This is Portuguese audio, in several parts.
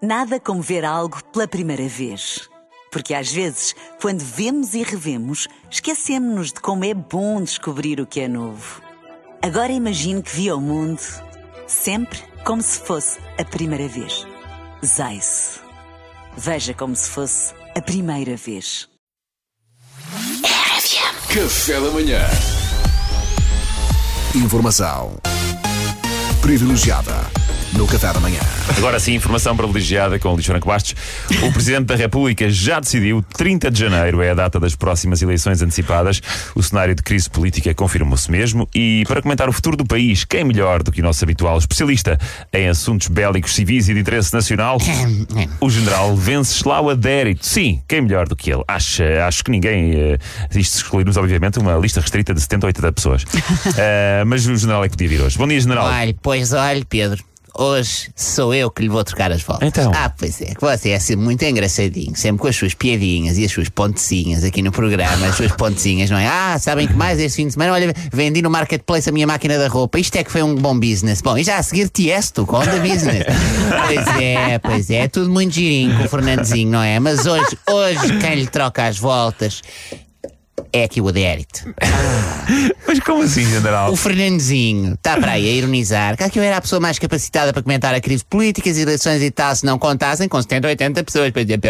Nada como ver algo pela primeira vez. Porque às vezes, quando vemos e revemos, esquecemos-nos de como é bom descobrir o que é novo. Agora imagine que viu o mundo sempre como se fosse a primeira vez. Zais. Veja como se fosse a primeira vez. RFM. Café da manhã. Informação privilegiada no Café da Manhã. Agora sim, informação privilegiada com o Luís Franco Bastos. O Presidente da República já decidiu, 30 de janeiro é a data das próximas eleições antecipadas. O cenário de crise política confirmou-se mesmo. E para comentar o futuro do país, quem melhor do que o nosso habitual especialista em assuntos bélicos, civis e de interesse nacional? O general Venceslau Adérito. Sim, quem melhor do que ele? Acho que ninguém. Isto se excluirmos, obviamente, uma lista restrita de 70 ou 80 pessoas. Mas o general é que podia vir hoje. Bom dia, general. Olha, Pedro. Hoje sou eu que lhe vou trocar as voltas. Então. Pois é, que você é sempre muito engraçadinho, sempre com as suas piadinhas e as suas pontezinhas aqui no programa, as suas pontezinhas, não é? Sabem que mais este fim de semana, olha, vendi no Marketplace a minha máquina da roupa, isto é que foi um bom business. Bom, e já a seguir Tiesto, com Onda Business. Pois é, tudo muito girinho com o Fernandezinho, não é? Mas hoje quem lhe troca as voltas é aqui o Adérito. Mas como assim, general? O Fernandezinho está para aí a ironizar que eu era a pessoa mais capacitada para comentar a crise política, as eleições e tal, se não contassem com 70 ou 80 pessoas para dizer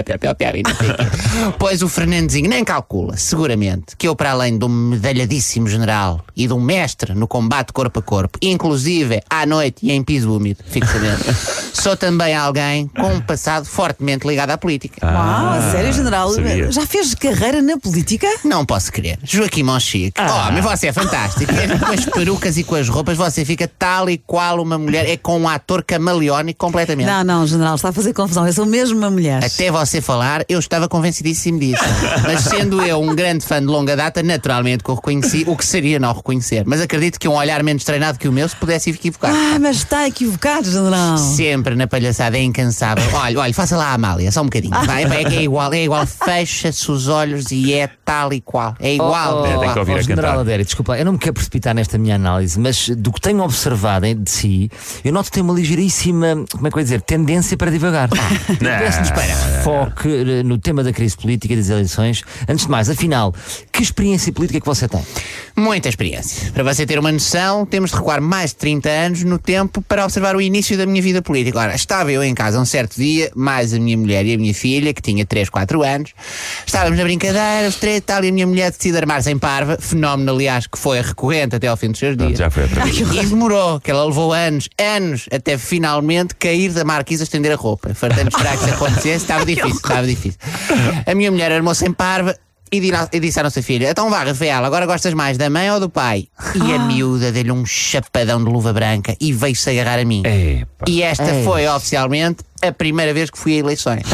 Pois o Fernandezinho nem calcula, seguramente, que eu, para além de um medalhadíssimo general e de um mestre no combate corpo a corpo, inclusive à noite e em piso úmido, fico sabendo, sou também alguém com um passado fortemente ligado à política. Sério, general? Sabia. Já fez carreira na política? Não posso crer. Joaquim Monchique. Mas você é fantástico. Com as perucas e com as roupas você fica tal e qual uma mulher. É com um ator camaleónico completamente. Não, general, está a fazer confusão. Eu sou mesmo uma mulher. Até você falar, eu estava convencidíssimo disso. Mas sendo eu um grande fã de longa data, naturalmente que eu reconheci o que seria não reconhecer. Mas acredito que um olhar menos treinado que o meu se pudesse equivocar. Mas está equivocado, general. Sempre na palhaçada, é incansável. Olha, faça lá a Amália, só um bocadinho. É igual. Fecha-se os olhos e é tal e qual. É igual. Tem que ouvir a General cantar. Adérito, desculpa, eu não me quero precipitar nesta minha análise, mas do que tenho observado de si, eu noto que tem uma ligeiríssima, como é que eu ia dizer, tendência para divagar. Peço-nos foque no tema da crise política e das eleições. Antes de mais, afinal, que experiência política é que você tem? Muita experiência. Para você ter uma noção, temos de recuar mais de 30 anos no tempo para observar o início da minha vida política. Ora, estava eu em casa um certo dia, mais a minha mulher e a minha filha, que tinha 3, 4 anos. Estávamos na brincadeira, os três e tal, e a minha mulher decide armar-se em parva, fenómeno, aliás, que foi recorrente até ao fim dos seus dias. Já foi outra vez. E demorou, que ela levou anos, até finalmente cair da marquise a estender a roupa. Fartando de esperar que isso acontecesse, estava difícil. A minha mulher armou-se em parva e disse à nossa filha: então vá, Rafael, agora gostas mais da mãe ou do pai? E a miúda deu-lhe um chapadão de luva branca e veio-se agarrar a mim. E esta foi oficialmente a primeira vez que fui a eleições.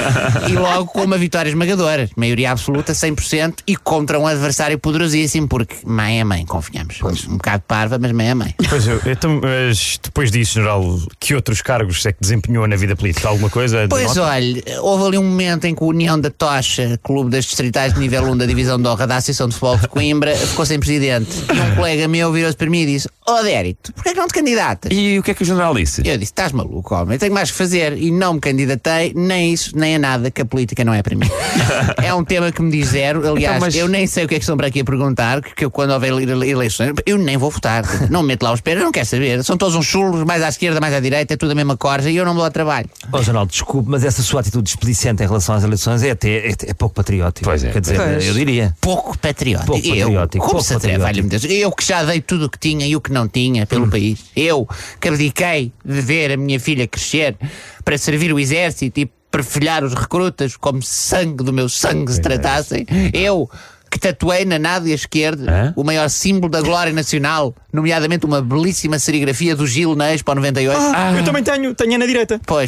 E logo com uma vitória esmagadora, maioria absoluta, 100%, e contra um adversário poderosíssimo, porque mãe é mãe, convenhamos. Um bocado parva, mas mãe é mãe. Pois então, mas depois disso, general, que outros cargos é que desempenhou na vida política? Alguma coisa? Pois olha, houve ali um momento em que a União da Tocha, clube das distritais de nível 1 da Divisão de Honra da Associação de Futebol de Coimbra, ficou sem presidente. E um colega meu virou-se para mim e disse: Adérito, porquê que não te candidatas? E o que é que o general disse? Eu disse: estás maluco, homem, eu tenho mais que fazer. E não me candidatei, nem isso, nem a nada, que a política não é para mim. É um tema que me diz zero. Aliás, eu nem sei o que é que estão para aqui a perguntar, porque eu, quando houver eleições, eu nem vou votar. Não me meto lá os pés, eu não quero saber. São todos uns chulos, mais à esquerda, mais à direita, é tudo a mesma corja e eu não me dou a trabalho. General, desculpe, mas essa sua atitude displicente em relação às eleições é pouco patriótico. Pois é. Quer dizer, eu diria. Pouco patriótico. Pouco Como se atreve, valha-me Deus. Eu que já dei tudo o que tinha e o que não tinha pelo país. Eu que abdiquei de ver a minha filha crescer para servir o exército e perfilhar os recrutas como sangue do meu sangue se tratassem. Eu que tatuei na nádega esquerda o maior símbolo da glória nacional, nomeadamente uma belíssima serigrafia do Gil na Expo 98. Eu também tenho na direita. Pois.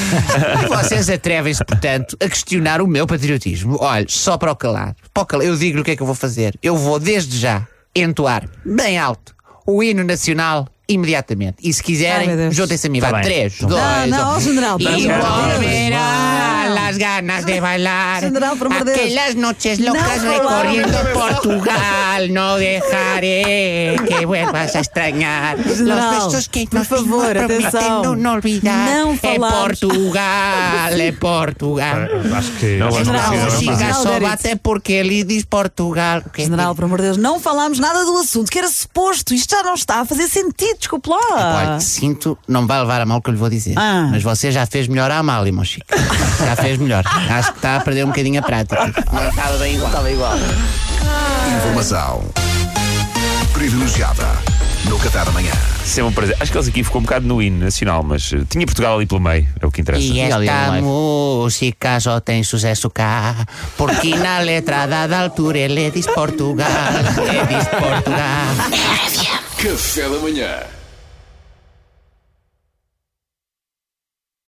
E vocês atrevem-se, portanto, a questionar o meu patriotismo. Olha, só para o calar. Eu digo-lhe o que é que eu vou fazer. Eu vou, desde já, entoar bem alto o hino nacional imediatamente. E se quiserem, juntem-se a mim. Vai, 3, 2, 1. Não, general. E volverá las ganas de bailar. General, por amor de Deus. Aquellas noches locas Não recorriendo falamos. Portugal. No dejaré que vuelvas a extrañar. General, Los besos que por nos favor, dimos atenção. prometendo no olvidar. Não falamos. É Portugal. Acho que. Não, acho que General, não O precisa, não. General, Giga só Derek. bate porque ele diz Portugal. General, por amor de Deus, não falámos nada do assunto que era suposto. Isto já não está a fazer sentido, desculpe lá. Olha, sinto, não me vai levar a mal o que eu lhe vou dizer. Ah. Mas você já fez melhor a Amália, meu Chico. Já fez melhor. Acho que está a perder um bocadinho a prática. Não estava bem igual. Estava igual. Informação privilegiada no Café da Manhã. Sempre um prazer. Acho que eles aqui ficou um bocado no hino nacional, mas tinha Portugal ali pelo meio, é o que interessa. E ali esta live. música só tem sucesso cá, porque na letra dada altura ele diz Portugal. Ele diz Portugal. Café da Manhã.